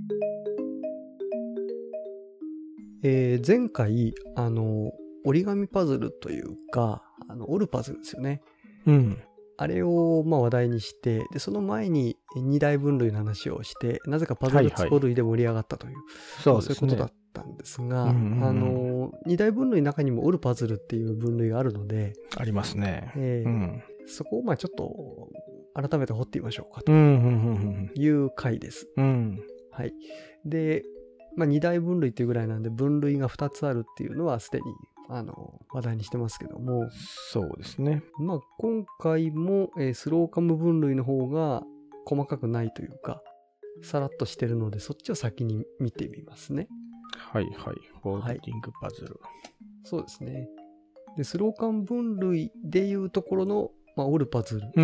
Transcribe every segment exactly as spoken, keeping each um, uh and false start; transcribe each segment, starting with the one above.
えー、前回、あの、折り紙パズルというか、あの、折るパズルですよね。 うん。 あれを、まあ、話題にして、で、その前に二大分類の話をして、なぜかパズルツボ類で盛り上がったという、 そうですね。 そういうことだったんですが、 うんうんうん、 あの、二大分類の中にも折るパズルっていう分類があるので、 ありますね。 えーうん、 そこを、まあ、ちょっと、改めて掘ってみましょうかという回です。 うん。 はい。で、まあ、二大分類っていうぐらいなんで、分類が二つあるっていうのはすでに、あの、話題にしてますけども。 そうですね。 まあ、今回も、えー、スローカム分類の方が細かくないというか、さらっとしてるので、そっちを先に見てみますね。 はいはい。フォールディングパズル。はい、 そうですね。で、スローカム分類でいうところの、まあ、折るパズル、 うんうん、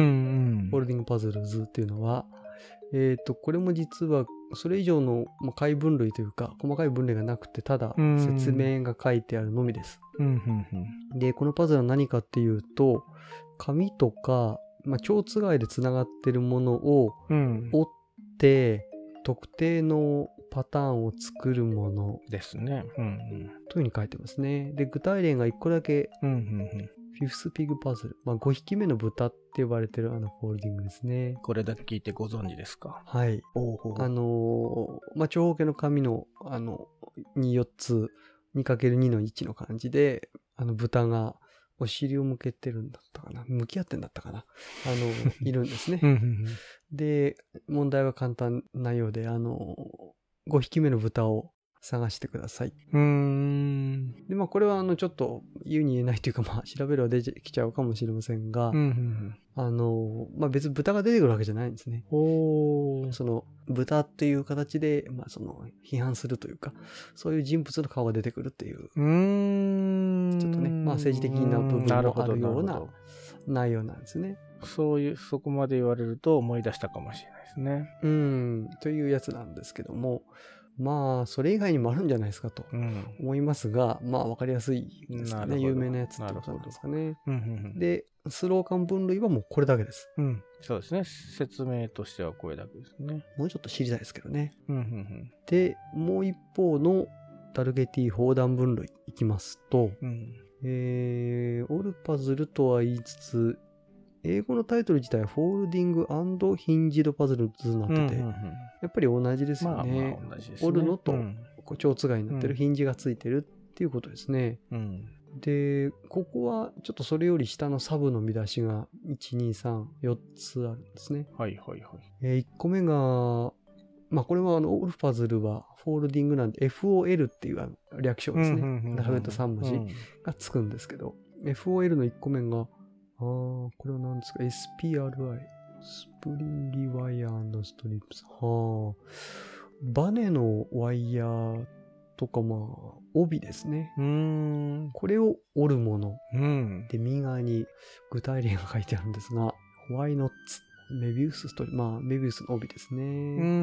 フォールディングパズルズっていうのは、えっと、これも実は、それ以上の解分類というか、細かい分類がなくて、ただ説明が書いてあるのみです。 うんうんうん、 で、このパズルは何かっていうと、紙とか、まあ、蝶つがいでつながってるものを折って、うん、特定のパターンを作るものですね。うんうん、 というふうに書いてますね。で、具体例がいっこだけ、うんうんうん、フィフスピグパズル。まあ、ごひきめの豚って呼ばれてるあのフォールディングですね。 これだけ聞いてご存知ですか？ はい。おうあのー、まあ、長方形の紙の、あの、によっつ、にかけるに のいちの感じで、あの、豚がお尻を向けてるんだったかな。向き合ってんだったかな。あの、いるんですね。で、問題は簡単なようで、あの、ごひきめの豚を探してください。 うーん。 で、まあ、これは、あの、ちょっと言うに言えないというか、まあ、調べれば出てきちゃうかもしれませんが、 うんうんうん、 あの、まあ、別に豚が出てくるわけじゃないんですね。 おその、豚っていう形で、まあ、その、批判するというか、そういう人物の顔が出てくるっていう、 うーんちょっとね、まあ、政治的な部分もあるような内容なんですね。 そういう、そこまで言われると思い出したかもしれないですね。 うん、というやつなんですけども、まあ、それ以外にもあるんじゃないですかと思いますが、うん、まあ、わかりやすいですかね。有名なやつってことなんですかね。うんうんうん、で、スローカム分類はもうこれだけです。 うん。そうですね。説明としてはこれだけですね。 もうちょっと知りたいですけどね。 うんうんうん、 で、もう一方のタルゲティ砲弾分類いきますと、うん、えー、オルパズルとは言いつつ、英語のタイトル自体はフォールディング&ヒンジドパズルズになってて、うんうんうん、やっぱり同じですよね。まあまあ同じですね。折るのと、蝶つがいになってるヒンジがついてるっていうことですね。うん、で、ここはちょっとそれより下のサブの見出しがいち、に、さん、よっつあるんですね。 はいはいはい。 えー、いっこめが、まあこれはあの、オルパズルはフォールディングなんで エフオーエル っていう略称ですね。アルファベットさんもじがつくんですけど、うん、エフオーエル のいっこめが、ああ、これは何ですか ?エスピーアールアイ。スプリンギワイヤー&ストリップス。はあ。バネのワイヤーとか、まあ、帯ですね。うーん。これを折るもの。うん。で、右側に具体例が書いてあるんですが、ホワイノッツ。メビウスストリップ。まあ、メビウスの帯ですね。うん、うん、うん。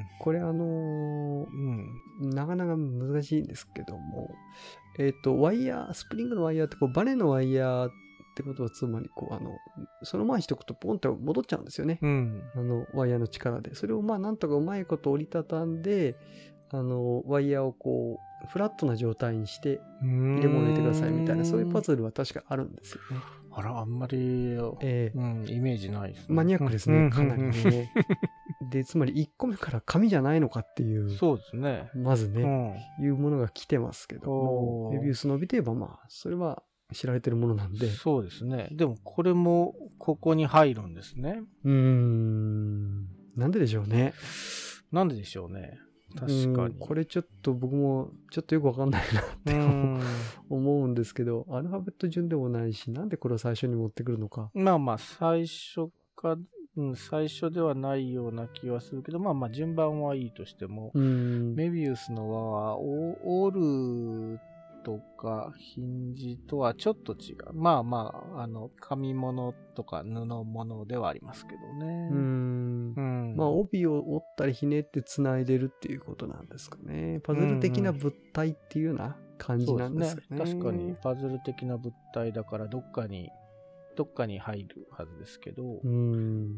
これあのー、うん。なかなか難しいんですけども、えっと、ワイヤー、スプリングのワイヤーってこう、バネのワイヤーってことはつまりこうあのそのままにしておくとポンって戻っちゃうんですよね、うん、あのワイヤーの力で。それをまあなんとかうまいこと折りたたんで、あのワイヤーをこうフラットな状態にして入れ物を入れてくださいみたいな、そういうパズルは確かあるんですよね。 あら、あんまり、えーうん、イメージないですね。 マニアックですね、かなりね。で、つまりいっこめから紙じゃないのかっていう、 そうですね。 まずね、うん、いうものが来てますけども、メビウスの帯といえばまあそれは知られてるものなんで。 そうですね。でもこれもここに入るんですね。 うーん。なんででしょうね。 なんででしょうね。確かに。 これちょっと僕もちょっとよくわかんないなって思うんですけど、アルファベット順でもないし、なんでこれを最初に持ってくるのか。 まあまあ最初か、うん、最初ではないような気はするけど、まあまあ順番はいいとしても、メビウスの輪は折るとかヒンジとはちょっと違う。まあまあ、あの、紙物とか布物ではありますけどね。 うーん。うん、まあ、帯を折ったりひねって繋いでるっていうことなんですかね。パズル的な物体っていうような感じなんですかね。 そうですね。確かにパズル的な物体だからどっかにどっかに入るはずですけど、 うん。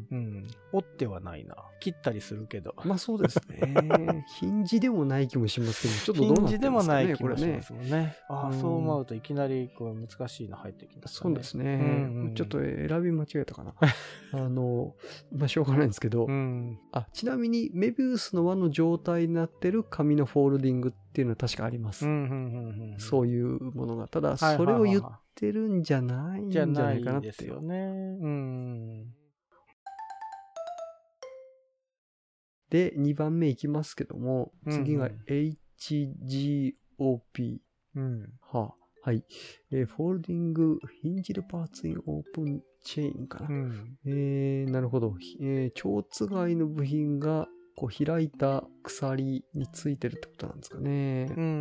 うん。折ってはないな。切ったりするけど。 まあそうですね。ヒンジでもない気もしますけど、ちょっとどうなってるんですかね、 ヒンジでもない気もしますこもんね。ああ、そう思うといきなりこう難しいの入ってきましたね。 そうですね。 うんうん、 ちょっと選び間違えたかな。あの、まあしょうがないんですけど、 うん、 あ、ちなみにメビウスの輪の状態になってる紙のフォールディングっていうのは確かあります。 うんうんうんうん、 そういうものが。ただ、それを言ってるんじゃないんじゃないかなっていう。 ですよね。うん。 で、にばんめいきますけども、次が エイチジーオーピー。 うん、 はあ、はい。えー、フォールディング、ヒンジルパーツインオープンチェーンかな。うん、えー、なるほど。えー、蝶つがいの部品がこう開いた鎖についてるってことなんですかね。 うん、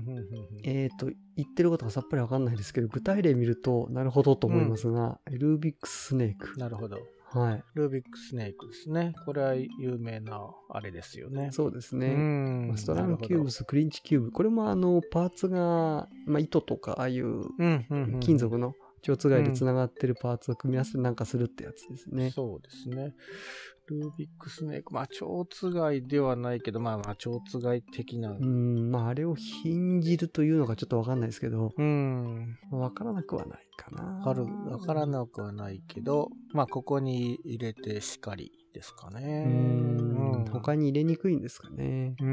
えっと、言ってることがさっぱりわかんないですけど、具体例見ると、なるほどと思いますが、うん、ルービックススネーク。 なるほど。 はい。 ルービックスネークですね。これは有名なあれですよね。 そうですね。うんストラムキューブス、クリンチキューブ。これもあの、パーツが、まあ、糸とか、ああいう金属の蝶つがいでつながってるパーツを組み合わせてなんかするってやつですね。 うん、そうですね。ルービックスネーク。まあ、蝶つがいではないけど、まあまあ、蝶つがい的な。 うん、まあ、あれをhinじるというのがちょっとわかんないですけど、 うん。 わからなくはないかな。 わかる、わからなくはないけど、まあ、ここに入れてしかりですかね。 うん。他に入れにくいんですかね。 うん。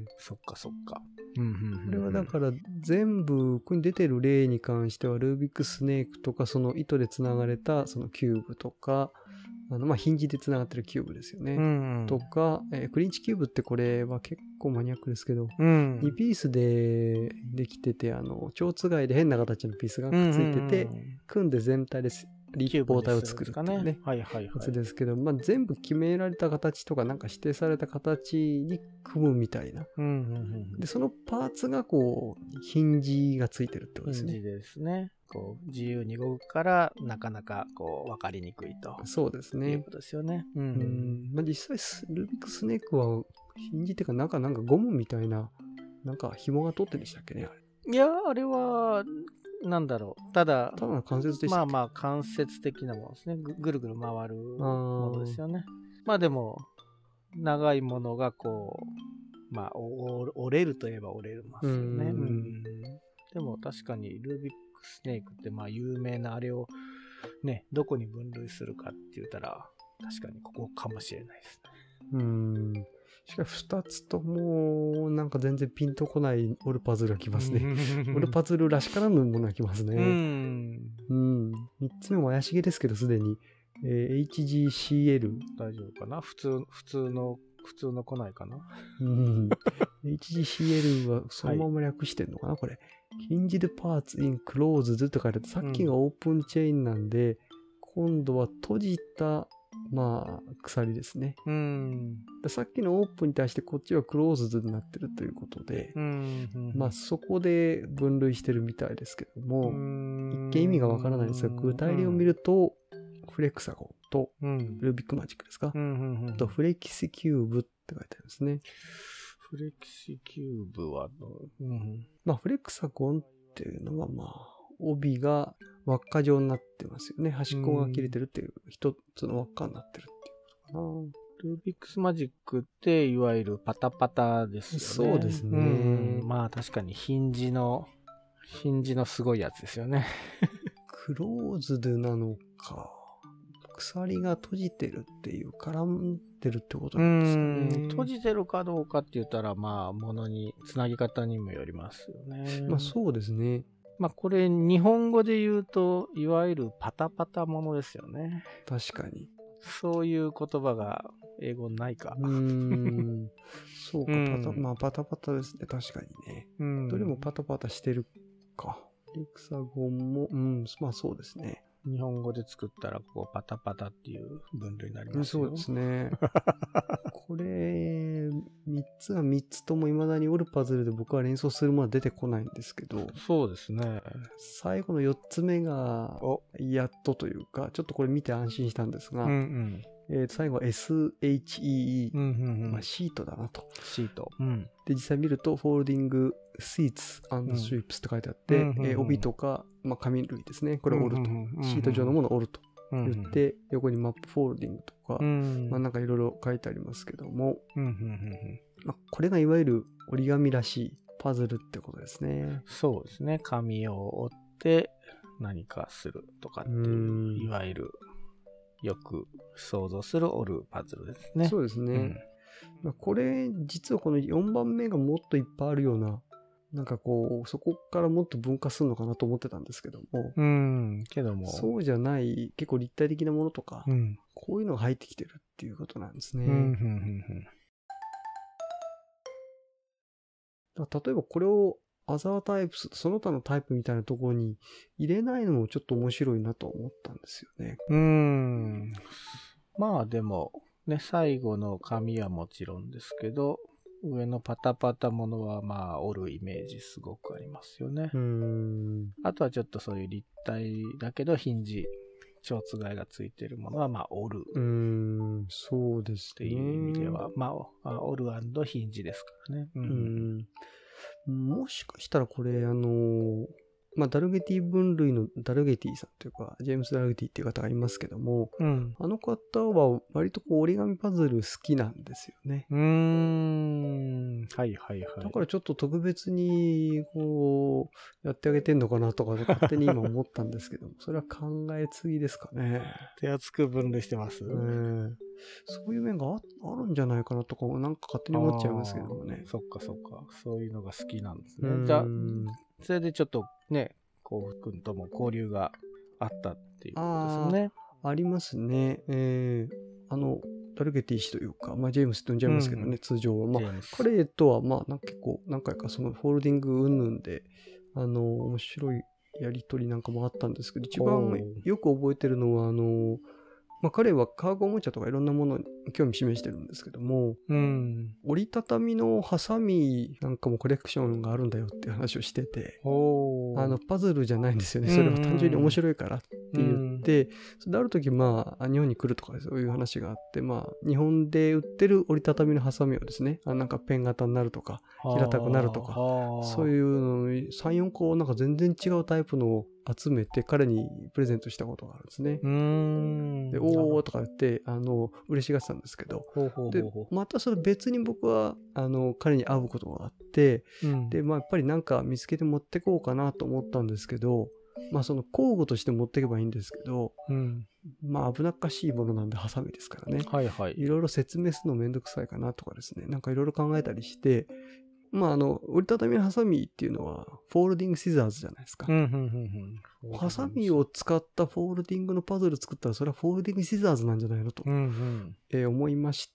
そっかそっか。うんうんうんうん、 これはだから全部、ここに出てる例に関しては、ルービックスネークとか、その糸でつながれたそのキューブとか、あの、まあ、ヒンジでつながってるキューブですよね。うんうん、とか、えー、クリンチキューブってこれは結構マニアックですけど、うん、にピースでできてて、あの、蝶つがいで変な形のピースがくっついてて、うんうんうん、組んで全体で立方体を作るっていうね、 はいはいはい、 やつですけど、まあ、全部決められた形とか、なんか指定された形に組むみたいな。うんうんうん、で、そのパーツがこう、ヒンジがついてるってことですね。 ヒンジですね。こう自由に動くからなかなかこう分かりにくいと。 そうですね。 いうことですよね。 うん。うんまあ、実際、ルービックスネークは、ヒンジっていうか、なんか、なんかゴムみたいな、なんか紐が通ってるんでしたっけね、あれ。 いや、あれは、なんだろう。ただ、 ただの関節でしたまあまあ、関節的なものですね。ぐ, ぐるぐる回るものですよね。まあでも、長いものがこう、まあ、折れるといえば折れますよね。うんうんでも確かに、ルービックスネークってまあ有名なあれをね、どこに分類するかって言ったら、確かにここかもしれないですね。 うん。しかしふたつとも、なんか全然ピンとこないオルパズルが来ますね。オルパズルらしからぬものが来ますね。うん。うん。みっつめも怪しげですけど、すでに。えー、エイチジーシーエル。 大丈夫かな普通、普通の、普通の来ないかなうん。エイチジーシーエル はそのまま略してんのかな、はい、これ。Hinged Parts in Closed って書いてあって、さっきがオープンチェーンなんで、うん、今度は閉じた、まあ、鎖ですね。うん、さっきのオープンに対してこっちはクローズドになってるということで、うんうん、まあそこで分類してるみたいですけども、一見意味がわからないんですが、具体例を見ると、フレクサゴンとルービックマジックですか、うんうんうん、とフレキシキューブって書いてあるんですね。 フレキシキューブは、うん、 まあフレクサゴンっていうのはまあ、帯が輪っか状になってますよね。端っこが切れてるっていう、一つの輪っかになってるっていうことかな。ルービックスマジックっていわゆるパタパタですよね。 そうですね。うんまあ確かにヒンジの、ヒンジのすごいやつですよね。 クローズドなのか。鎖が閉じてるっていう、絡んでるってことなんですかね。 閉じてるかどうかって言ったら、まあ、ものに、つなぎ方にもよりますよね。 まあそうですね。 まあこれ、日本語で言うと、いわゆるパタパタものですよね。 確かに。 そういう言葉が英語ないか。 うーん。そうか、パタ、まあパタパタですね。確かにね。うん。どれもパタパタしてるか。レクサゴンも、うん、まあそうですね。 日本語で作ったら、ここパタパタっていう分類になりますよ。 そうですね。これ、みっつがみっつとも未だにオルパズルで僕は連想するものは出てこないんですけど。 そうですね。 最後のよっつめが、やっとというか、ちょっとこれ見て安心したんですが、うんうん、 えー、最後は エスエイチイーイー、 うんうんうん、 まあ、シートだなと。 シート。うん、 で、実際見ると、フォールディングシーツ&ストリップスって書いてあって、うんうんうん、えー、帯とか、まあ、紙類ですね。これを折ると。うんうんうん、シート状のものを折ると言って、うんうん、横にマップフォールディングとか、うん、まあ、なんかいろいろ書いてありますけども、うんうんうん、まあ、これがいわゆる折り紙らしいパズルってことですね。 そうですね。紙を折って何かするとかっていう、いわゆるよく想像する折るパズルですね。 そうですね。うん、まあ、これ、実はこのよんばんめがもっといっぱいあるような、なんかこう、そこからもっと分化するのかなと思ってたんですけども。 うん、けども。 そうじゃない、結構立体的なものとか、うん、こういうのが入ってきてるっていうことなんですね。うんうんうんうん、例えばこれをアザータイプス、その他のタイプみたいなところに入れないのもちょっと面白いなと思ったんですよね。 うーん。まあでも、ね、最後の紙はもちろんですけど、上のパタパタものはまあ折るイメージすごくありますよね。うーん。あとはちょっとそういう立体だけどヒンジ、蝶つがいがついてるものはまあ折る。 うーん、そうですね。 っていう意味では、まあ折る&ヒンジですからね。 うん。うんもしかしたらこれ、あのー、まあ、ダルゲティ分類のダルゲティさんというか、ジェームス・ダルゲティっていう方がいますけども、うん、あの方は割とこう折り紙パズル好きなんですよね。 うーん。はいはいはい。 だからちょっと特別に、こう、やってあげてんのかなとか、勝手に今思ったんですけども、それは考えすぎですかね。 手厚く分類してます、 えー、そういう面が あ, あるんじゃないかなとか、なんか勝手に思っちゃいますけどもね。 そっかそっか。そういうのが好きなんですね。じゃあ、それでちょっとね、幸福君とも交流があったっていうことですよね。 あ, ありますね。えー、あの、ダルゲティ氏というか、まあ、ジェームスって呼んじゃいますけどね、うん、通常は。まあ、彼とは、まあ、なんか結構何回かそのフォールディング云々で、あの、面白いやりとりなんかもあったんですけど、一番よく覚えてるのは、あの、まあ、彼はカーゴおもちゃとかいろんなものに興味示してるんですけども、うん、折りたたみのハサミなんかもコレクションがあるんだよっていう話をしてて、あのパズルじゃないんですよね。それは単純に面白いからって言って、それである時まあ日本に来るとかそういう話があって、まあ日本で売ってる折りたたみのハサミをですね、あなんかペン型になるとか平たくなるとか、そういうのさん、よんこなんか全然違うタイプのを集めて彼にプレゼントしたことがあるんですね。うーんでおーとか言ってあの嬉しがってたんですけど、ほうほうほうほうでまたそれ別に僕はあの彼に会うことがあって、うん、でまあやっぱりなんか見つけて持ってこうかなと思ったんですけど、まあその工具として持っていけばいいんですけど、うん、まあ危なっかしいものなんでハサミですからね。はいはい。いろいろ説明するのめんどくさいかなとかですね、なんかいろいろ考えたりして。まあ、あの、折りたたみのハサミっていうのは、フォールディングシザーズじゃないですか。うんうんうんうん、ハサミを使ったフォールディングのパズル作ったら、それはフォールディングシザーズなんじゃないのと、うんうんえー、思いまして、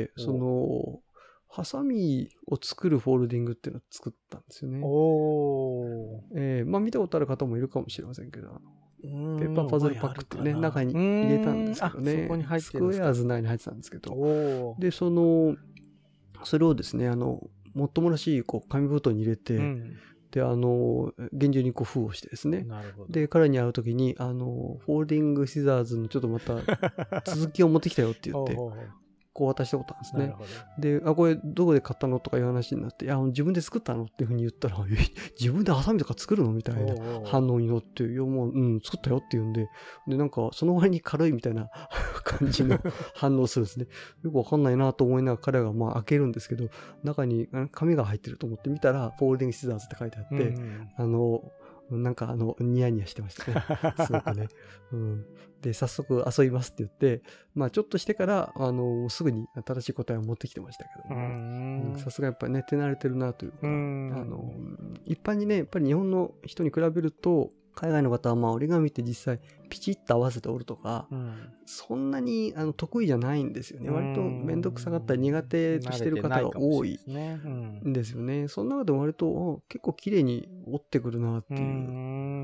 その、ハサミを作るフォールディングっていうのを作ったんですよね。おえー、まあ見たことある方もいるかもしれませんけど、あのペーパーパズルパックっていうね、中に入れたんですけどね。そこに入ってるんですか。スクエアーズ内に入ってたんですけど。で、その、それをですね、あの、もっともらしいこう紙袋に入れて、うん、で、あの、厳重にこう封をしてですね。なるほど。で、彼に会うときに、あの、フォールディングシザーズのちょっとまた続きを持ってきたよって言って、ほうほうほうこう渡したことあるんですね。で、あ、これどこで買ったのとかいう話になって、いや、自分で作ったのっていうふうに言ったら、自分でハサミとか作るのみたいな反応に乗って、いや、もう、うん、作ったよって言うんで、で、なんか、その割に軽いみたいな感じの反応するんですね。よくわかんないなと思いながら彼がまあ開けるんですけど、中に紙が入ってると思って見たら、フォールディングシザーズって書いてあって、うんうん、あの、なんかあの、ニヤニヤしてましたね。すごくね。うん、で、早速遊びますって言って、まあちょっとしてから、あの、すぐに新しい答えを持ってきてましたけども、さすがやっぱりね、手慣れてるなというか、あの、一般にね、やっぱり日本の人に比べると、海外の方はまあ折り紙って実際ピチッと合わせて折るとか、うん、そんなにあの得意じゃないんですよね。割と面倒くさがったり苦手としてる方が多いんですよね。その中で割と結構綺麗に折ってくるなっていう、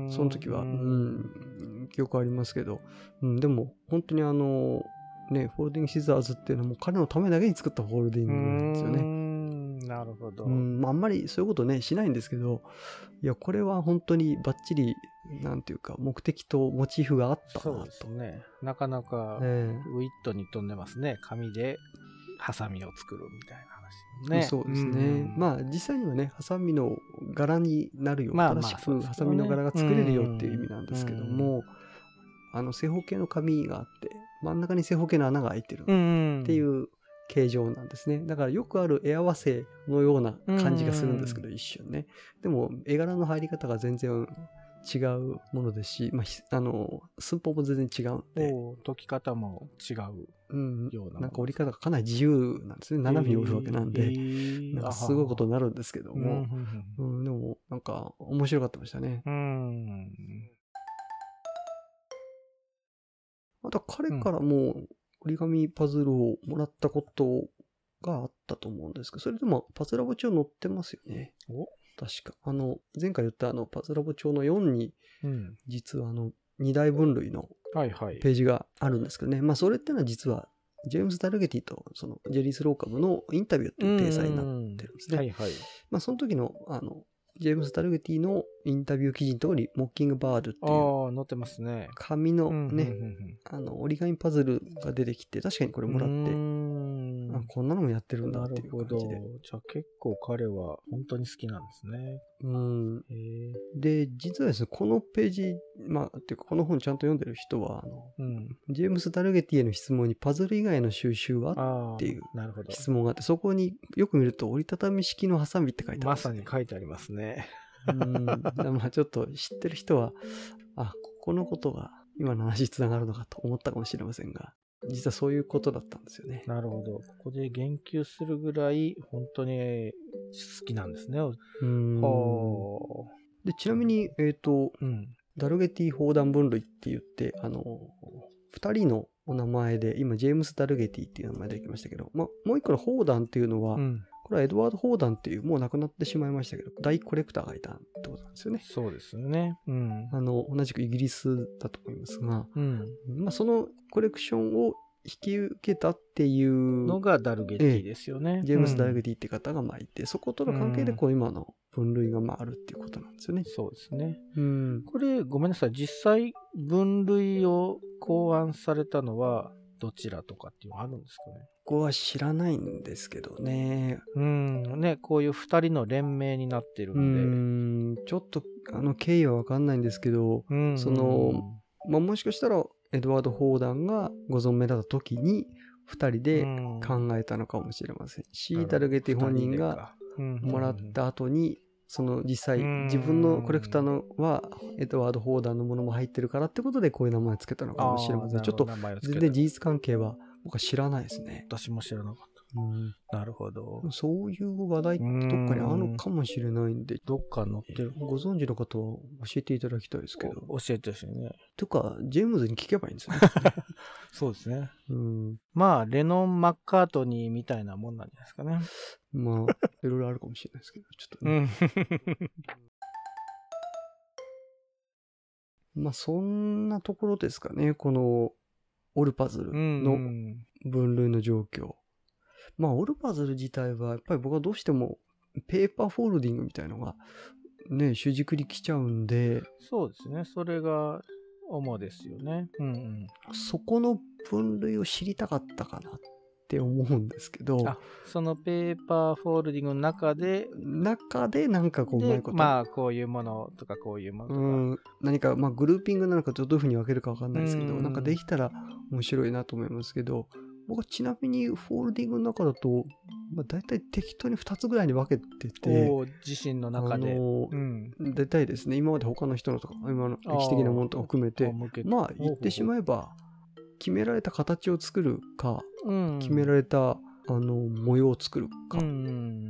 その時は、うん、記憶ありますけど、うん、でも本当にあのね、フォールディングシザーズっていうのはもう彼のためだけに作ったフォールディングなんですよね。 ん、なるほど。 うん、まあ、あんまりそういうことね、しないんですけど、いや、これは本当にバッチリ、なんていうか、目的とモチーフがあったなと。 そうですね。なかなか、ウィットに飛んでますね。紙でハサミを作るみたいな話ね。 そうですね。まあ、実際にはね、ハサミの柄になるよう、まあ、正しくハサミの柄が作れるよっていう意味なんですけども、あの正方形の紙があって、真ん中に正方形の穴が開いてるっていう形状なんですね。だからよくある絵合わせのような感じがするんですけど、一瞬ね。でも絵柄の入り方が全然違うものですし、まあ、あの寸法も全然違うんで、 解き方も違うような、 うん、なんか折り方がかなり自由なんですね。斜めに折るわけなんで、えー、なんかすごいことになるんですけども、うん、でもなんか面白かったましたね。うんまた彼からも折り紙パズルをもらったことがあったと思うんですけど、それでもパズラボ帳載ってますよね。お確か。あの、前回言ったあのパズラボ帳のよんに、うん、実はあのに大分類のページがあるんですけどね。はいはい、まあそれってのは実はジェームズ・ダルゲティとそのジェリース・ローカムのインタビューっていう体裁になってるんですね。はいはい、まあその時のあの、ジェームズ・ダルゲティのインタビュー記事のところにモッキングバードっていう。 ああ、載ってますね。 紙のね、あの、折り紙パズルが出てきて、確かにこれもらって、あ、こんなのもやってるんだっていう感じで。 なるほど。じゃあ結構彼は本当に好きなんですね。 うん。で、実はですね、このページ、まあ、っていうかこの本ちゃんと読んでる人は、あの、うん、ジェームス・ダルゲティへの質問にパズル以外の収集はっていう質問があって、そこによく見ると折りたたみ式のハサミって書いてある、ね。 まさに書いてありますね。 うん。まあちょっと知ってる人は、あ、ここのことが今の話につながるのかと思ったかもしれませんが、実はそういうことだったんですよね。 なるほど。ここで言及するぐらい本当に好きなんですね。うん。 はあ。で、ちなみに、えっと、うん、ダルゲティ砲弾分類って言って、あの、二人のお名前で、今、ジェームス・ダルゲティっていう名前できましたけど、ま、もう一個の砲弾っていうのは、うん、これはエドワード・ホーダンっていう、もう亡くなってしまいましたけど、大コレクターがいたってことなんですよね。 そうですよね。うん。 あの、同じくイギリスだと思いますが、うん。まあ、そのコレクションを引き受けたっていうのがダルゲティですよね。 ええ、ジェームス・ダルゲティって方がまあいて、うん、そことの関係でこう今の分類がまああるっていうことなんですよね。 そうですね。うん。これ、ごめんなさい。実際、分類を考案されたのは、どちらとかっていうのあるんですかね。 ここは知らないんですけどね。 うん。ね、こういう二人の連名になってるんで。 うん。ちょっと、あの、経緯はわかんないんですけど、うん、その、まあ、もしかしたら、エドワード・ホーダンがご存命だった時に、二人で考えたのかもしれませんし、うん、ダルゲティ本人がもらった後に、その実際自分のコレクターのはエドワード・ホーダーのものも入ってるからってことでこういう名前つけたのかもしれません。ちょっと全然事実関係は僕は知らないですね。 私も知らなかった。うん、なるほど。 そういう話題ってどっかにあるのかもしれないんで、 どっか載ってる。 ご存知の方は教えていただきたいですけど。 教えてほしいね。 とか、ジェームズに聞けばいいんですよね。 そうですね。うん、まあ、レノン・マッカートニーみたいなもんなんじゃないですかね。 まあ、いろいろあるかもしれないですけど、ちょっとね。うん、まあ、そんなところですかね、このオルパズルの分類の状況。まあ、オルパズル自体は、やっぱり僕はどうしてもペーパーフォールディングみたいのがね、主軸に来ちゃうんで。 そうですね。それが主ですよね。うんうん。 そこの分類を知りたかったかなって思うんですけど。 あ、そのペーパーフォールディングの中で。 中でなんかこう、うまいこと。 まあ、こういうものとかこういうものとか。 うん。何か、まあ、グルーピングなのかどういうふうに分けるかわかんないですけど、なんかできたら面白いなと思いますけど、僕はちなみにフォールディングの中だと、まあ、大体適当にふたつぐらいに分けてて、 自身の中で、あのーうん、大体ですね、今まで他の人のとか今の歴史的なものとか含めて、まあ言ってしまえば決められた形を作るか、うん、決められたあの模様を作るか、うん、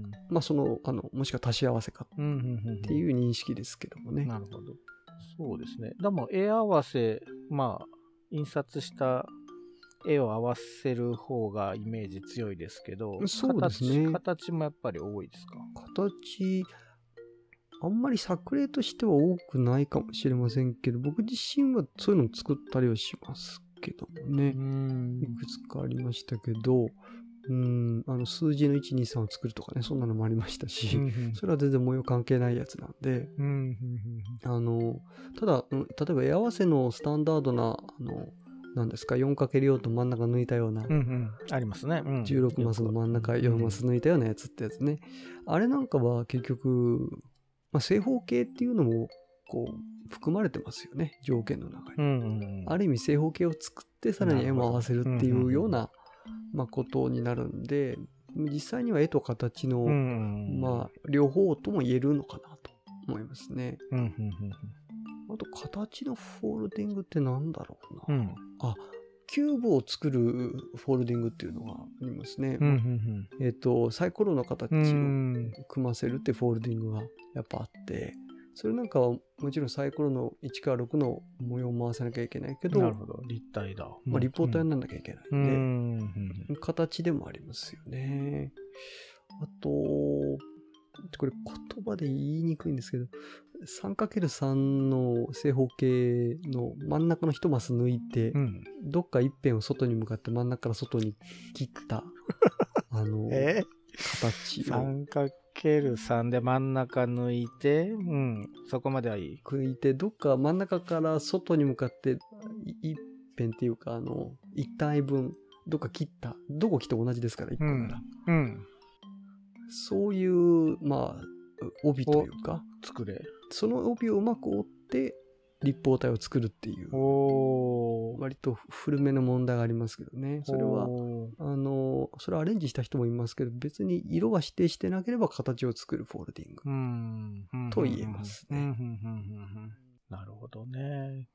まあそのあのもしくは足し合わせかっていう認識ですけどもね。 なるほど。そうですね。でも絵合わせ、まあ印刷した絵を合わせる方がイメージ強いですけど、 そうですね。 形、形もやっぱり多いですか？ 形、あんまり作例としては多くないかもしれませんけど、僕自身はそういうのを作ったりはしますけどもね。いくつかありましたけど、 うん、あの数字のいちにさんを作るとかね、そんなのもありましたし、うんうん、それは全然模様関係ないやつなんで、うんうんうん、あのただ、うん、例えば絵合わせのスタンダードなあのなんですか よんかけるよん と真ん中抜いたような、うんうん、 ありますね、うん、 じゅうろくマスの真ん中よんマス抜いたようなやつってやつね、うん、あれなんかは結局、まあ、正方形っていうのもこう含まれてますよね、条件の中に、うんうんうん、ある意味正方形を作ってさらに絵も合わせるっていうような、まあ、ことになるんで、実際には絵と形の、うんうんうん、まあ、両方とも言えるのかなと思いますね、うんうんうん、あと形のフォールディングってなんだろうな、うん、あキューブを作るフォールディングっていうのがありますね、うんうんうん、えっとサイコロの形を組ませるってフォールディングがやっぱあって、それなんかはもちろんサイコロのいちからろくの模様を回さなきゃいけないけど、 なるほど、立体だ、 まあ、立方体にならなきゃいけないんで、うんうん、形でもありますよね。あとこれ言葉で言いにくいんですけど、 さんかけるさん の正方形の真ん中の一マス抜いて、うん、どっか一辺を外に向かって真ん中から外に切ったあのえ形をさんかけるさん で真ん中抜いて、うん、そこまではいい。 抜いてどっか真ん中から外に向かって一辺っていうかあの一体分どっか切った、どこ切っても同じですからいっこなら、うんうん、そういうまあ帯というか作れ、 その帯をうまく折って立方体を作るっていう、割と古めの問題がありますけどね。それはあのそれをアレンジした人もいますけど、別に色は指定してなければ形を作るフォールディングと言えますね。 なるほどね。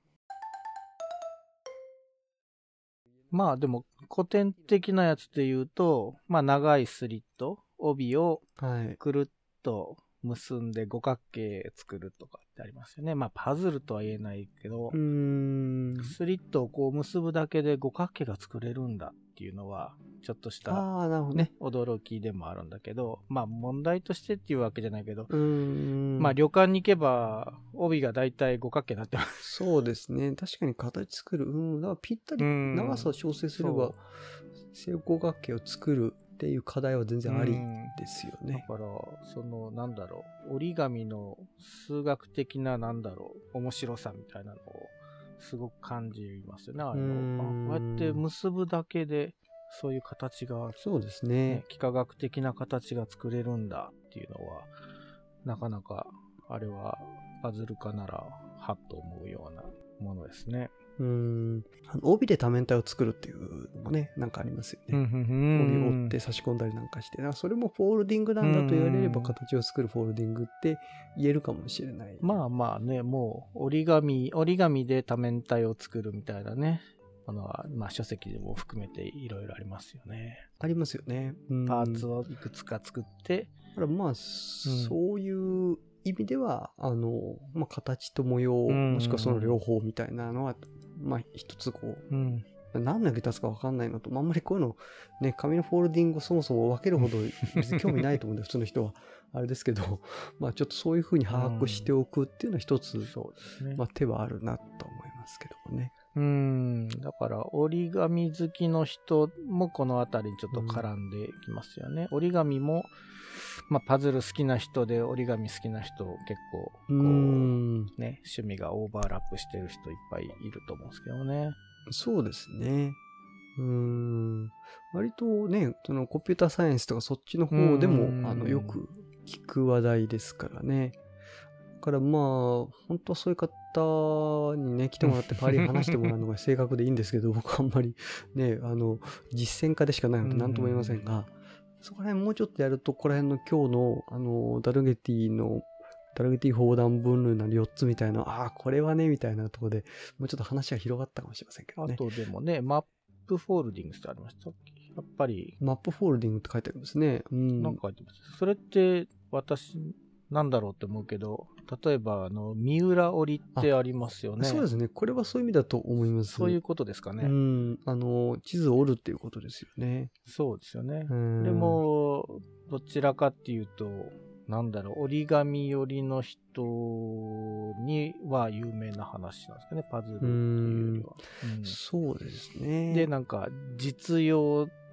まあでも古典的なやつで言うと、まあ長いスリット、帯をくるっと結んで五角形作るとかってありますよね。まあパズルとは言えないけど、うーんスリットをこう結ぶだけで五角形が作れるんだっていうのはちょっとした、ね、驚きでもあるんだけど、まあ問題としてっていうわけじゃないけど、うーんまあ旅館に行けば帯がだいたい五角形になってます。 そうですね。確かに形作る。うん。だからぴったり長さを調整すれば正五角形を作るっていう課題は全然ありですよね。 だからそのなんだろう、折り紙の数学的ななんだろう面白さみたいなのをすごく感じますよね。あのこうやって結ぶだけでそういう形が、 そうですね、 ね、幾何学的な形が作れるんだっていうのはなかなかあれはパズル化ならはっと思うようなものですね。 うーんあの帯で多面体を作るっていうのもね、なんかありますよね。帯を折って差し込んだりなんかして、それもフォールディングなんだと言われれば形を作るフォールディングって言えるかもしれない。 まあまあね、もう折り紙折り紙で多面体を作るみたいなねものは、まあ、書籍でも含めていろいろありますよね。 ありますよね。 パーツをいくつか作って、 だからまあ、うん、そういう意味ではあの、まあ、形と模様、もしくはその両方みたいなのは、まあ、一つこう、うん、何の役立つか分かんないのと、まあ、あんまりこういうの、ね、紙のフォールディングをそもそも分けるほど別に興味ないと思うんで、普通の人は。あれですけど、まあ、ちょっとそういうふうに把握しておくっていうのは一つ、うんそうですね、まあ、手はあるなと思いますけどもね。 うーんだから折り紙好きの人もこのあたりにちょっと絡んできますよね。うん、折り紙も、まあ、パズル好きな人で折り紙好きな人結構こう、うんね、趣味がオーバーラップしてる人いっぱいいると思うんですけどね。 そうですね。うーん割とね、そのコンピューターサイエンスとかそっちの方でもあのよく聞く話題ですからね。だからまあ本当はそういう方にね来てもらって代わりに話してもらうのが正確でいいんですけど、僕はあんまりねあの実践家でしかないので何とも言いませんが、そこら辺もうちょっとやると、ここら辺の今日のあのダルゲティのダルゲティ砲弾分類のよっつみたいな、ああこれはねみたいなところでもうちょっと話が広がったかもしれませんけどね。 あとでもね、マップフォールディングってありましたっけ？やっぱりマップフォールディングって書いてあるんですね。うん、 なんか書いてます。それって私なんだろうって思うけど、例えばあの三浦折ってありますよね。 そうですね。これはそういう意味だと思います。 そういうことですかね。 うん、あの地図を折るっていうことですよね。 そうですよね。でもどちらかっていうと、なんだろう、折り紙寄りの人には有名な話なんですかね、パズルっていうよりは。 うん、そうですね。 で、なんか実用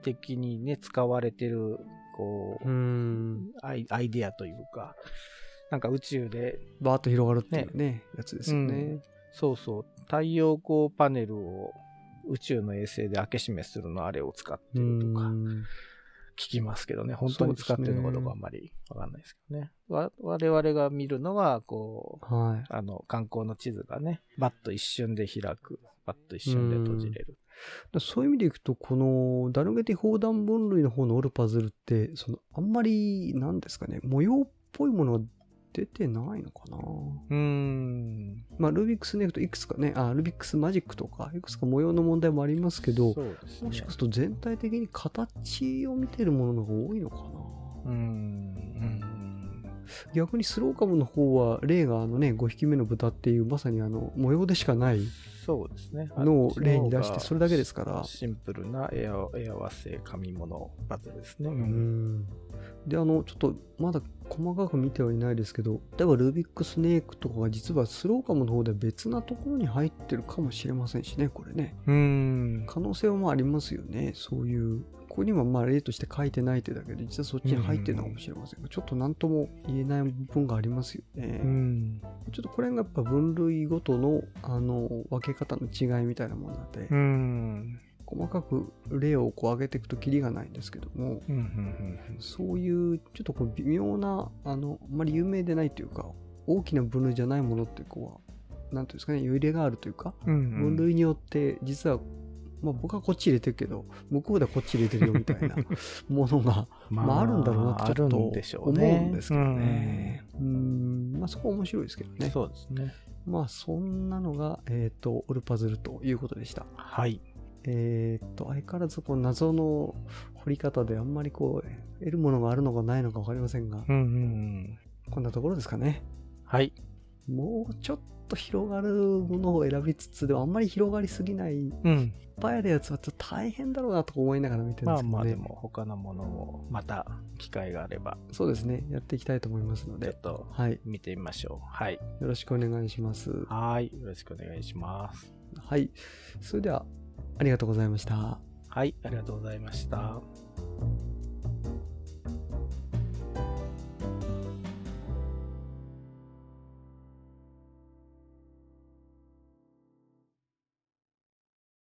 的にね、使われてる、こう、 うんアイ、アイデアというか、なんか宇宙で、 バーッと広がるっていうね、ねやつですよね、うん。 そうそう。太陽光パネルを宇宙の衛星で開け閉めするのあれを使ってるとか、聞きますけどね。本当に使ってるのかどうかあんまりわかんないですけどね。わ我々が見るのは、こう、はい、あの、観光の地図がね、バッと一瞬で開く。バッと一瞬で閉じれる。 そういう意味でいくと、このダルゲティ砲弾分類の方のオルパズルって、そのあんまり、なんですかね、模様っぽいものが出てないのかな。 うーん。 まあ、ルービックスネクといくつかね、あ、ルービックスマジックとか、いくつか模様の問題もありますけど、 そうですね、 もしかすると全体的に形を見てるものの方が多いのかな。 うーん。 逆にスローカムの方は、例があのね、ごひきめの豚っていう、まさにあの、模様でしかないそうですね。 のを例に出して、それだけですから。 シンプルな絵合わせ紙物パズルですね。うん。で、あの、ちょっと、まだ細かく見てはいないですけど、例えばルービックスネークとかが実はスローカムの方で別なところに入ってるかもしれませんしね、これね。 うん。 可能性はまあありますよね。そういう。ここにはまあ例として書いてないってだけで、実はそっちに入ってるのかもしれませんが、ちょっと何とも言えない部分がありますよね。 うん。 ちょっとこれがやっぱ分類ごとの、あの、分け方の違いみたいなものなので、 うん。 細かく例をこう上げていくとキリがないんですけども、 うんうんうん、 そういうちょっとこう微妙な、あの、あまり有名でないというか、大きな分類じゃないものってこう、なんていうんですかね、揺れがあるというか、 うんうん、 分類によって実は、まあ僕はこっち入れてるけど、向こうではこっち入れてるよみたいなものが、まあ、まああるんだろうなってちょっと思うんですけどね。うん、まあそこは面白いですけどね。 そうですね。 まあそんなのが、えっと、オルパズルということでした。 はい。 えっと、相変わらずこう謎の掘り方であんまりこう、得るものがあるのかないのかわかりませんが、 うんうんうん、 こんなところですかね。 はい。 もうちょっと広がるものを選びつつ、でもあんまり広がりすぎない、うん、いっぱいあるやつはちょっと大変だろうなと思いながら見てるんですけどね。 まあまあでも他のものもまた機会があれば。 そうですね。やっていきたいと思いますので。 ちょっと見てみましょう。はい。 よろしくお願いします。 はい。よろしくお願いします。 はい。それでは、ありがとうございました。 はい。ありがとうございました。